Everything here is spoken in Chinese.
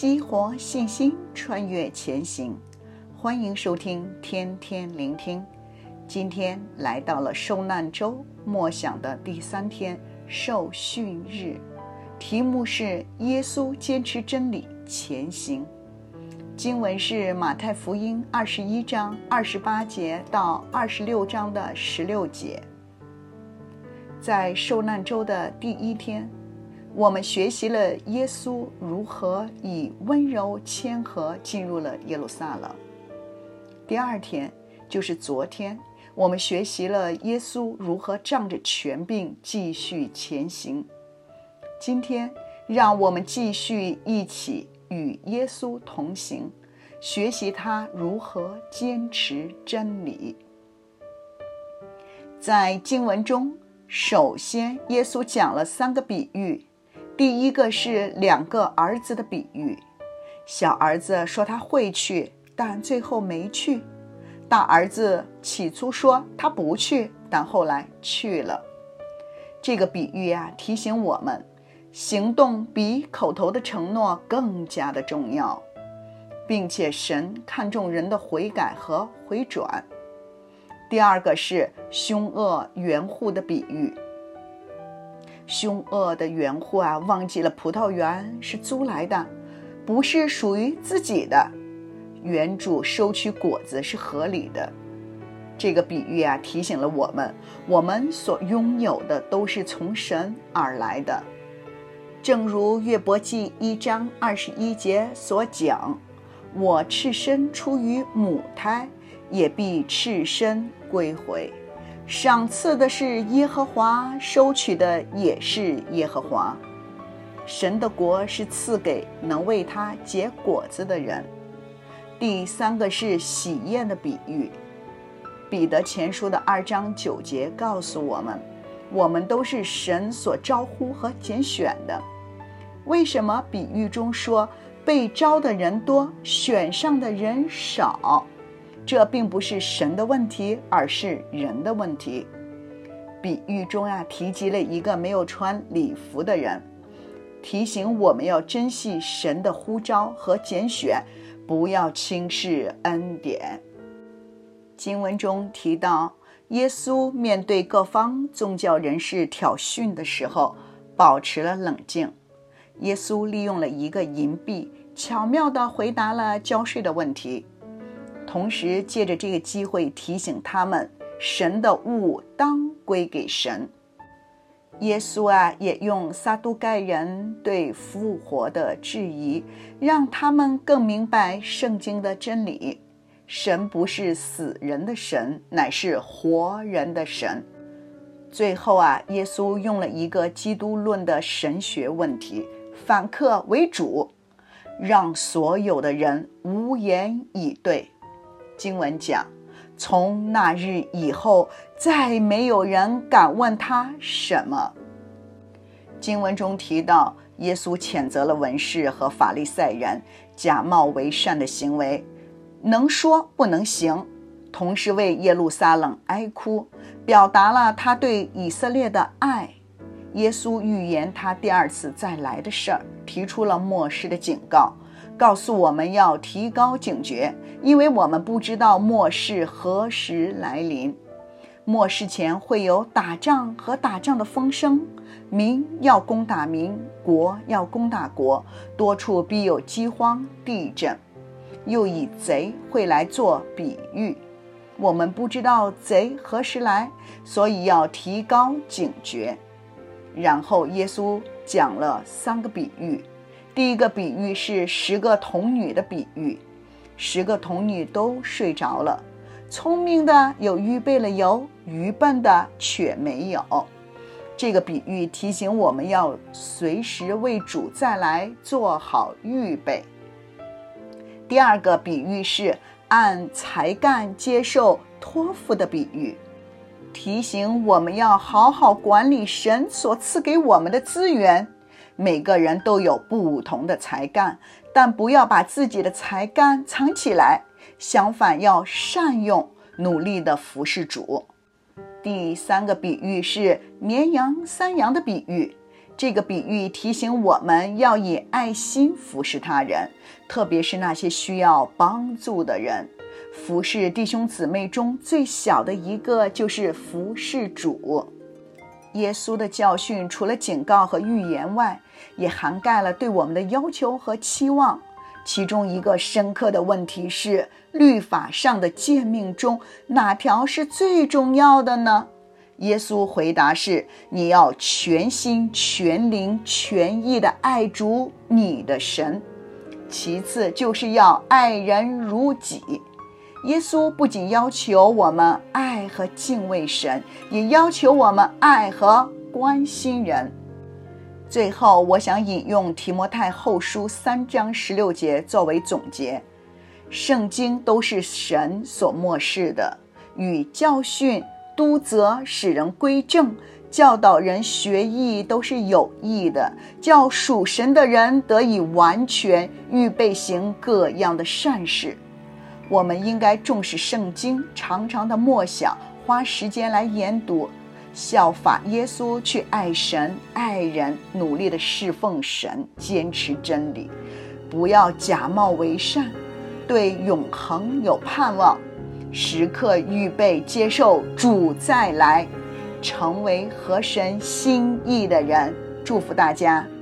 激活信心，穿越前行。欢迎收听天天聆听。今天来到了受难周默想的第3天，受训日，题目是耶稣坚持真理前行。经文是马太福音21章28节到26章的16节。在受难周的第1天，我们学习了耶稣如何以温柔谦和进入了耶路撒冷。第2天，就是昨天，我们学习了耶稣如何仗着权柄继续前行。今天，让我们继续一起与耶稣同行，学习他如何坚持真理。在经文中，首先耶稣讲了3个比喻。第一个是2个儿子的比喻。小儿子说他会去，但最后没去。大儿子起初说他不去，但后来去了。这个比喻提醒我们，行动比口头的承诺更加的重要，并且神看重人的悔改和回转。第2个是凶恶园户的比喻。凶恶的园户忘记了葡萄园是租来的，不是属于自己的，园主收取果子是合理的。这个比喻提醒了我们所拥有的都是从神而来的。正如约伯记1章21节所讲，我赤身出于母胎，也必赤身归回。赏赐的是耶和华，收取的也是耶和华。神的国是赐给能为他结果子的人。第3个是喜宴的比喻。彼得前书的2章9节告诉我们都是神所招呼和拣选的。为什么比喻中说被招的人多，选上的人少？这并不是神的问题，而是人的问题。比喻中提及了一个没有穿礼服的人，提醒我们要珍惜神的呼召和拣选，不要轻视恩典。经文中提到，耶稣面对各方宗教人士挑衅的时候，保持了冷静。耶稣利用了一个银币，巧妙地回答了交税的问题。同时借着这个机会提醒他们，神的物当归给神。耶稣也用撒都该人对复活的质疑，让他们更明白圣经的真理。神不是死人的神，乃是活人的神。最后耶稣用了一个基督论的神学问题，反客为主，让所有的人无言以对。经文讲，从那日以后，再没有人敢问他什么。经文中提到，耶稣谴责了文士和法利赛人假冒为善的行为，能说不能行，同时为耶路撒冷哀哭，表达了他对以色列的爱。耶稣预言他第2次再来的事儿，提出了末世的警告，告诉我们要提高警觉，因为我们不知道末世何时来临。末世前会有打仗和打仗的风声，民要攻打民，国要攻打国，多处必有饥荒、地震。又以贼会来做比喻，我们不知道贼何时来，所以要提高警觉。然后耶稣讲了3个比喻。第一个比喻是10个童女的比喻。10个童女都睡着了，聪明的有预备了油，愚笨的却没有。这个比喻提醒我们要随时为主再来做好预备。第2个比喻是按才干接受托付的比喻，提醒我们要好好管理神所赐给我们的资源。每个人都有不同的才干，但不要把自己的才干藏起来，相反要善用，努力地服侍主。第3个比喻是绵羊、山羊的比喻。 这个比喻提醒我们要以爱心服侍他人，特别是那些需要帮助的人。服侍弟兄姊妹中最小的一个就是服侍主。耶稣的教训除了警告和预言外，也涵盖了对我们的要求和期望。其中一个深刻的问题是，律法上的诫命中哪条是最重要的呢？耶稣回答是：你要全心全灵全意地爱主你的神，其次就是要爱人如己。耶稣不仅要求我们爱和敬畏神，也要求我们爱和关心人。最后，我想引用提摩太后书3章16节作为总结：圣经都是神所默示的，与教训、督责、使人归正、教导人学义都是有益的，叫属神的人得以完全，预备行各样的善事。我们应该重视圣经，常常的默想，花时间来研读，效法耶稣去爱神爱人，努力的侍奉神，坚持真理，不要假冒为善，对永恒有盼望，时刻预备接受主再来，成为合神心意的人。祝福大家。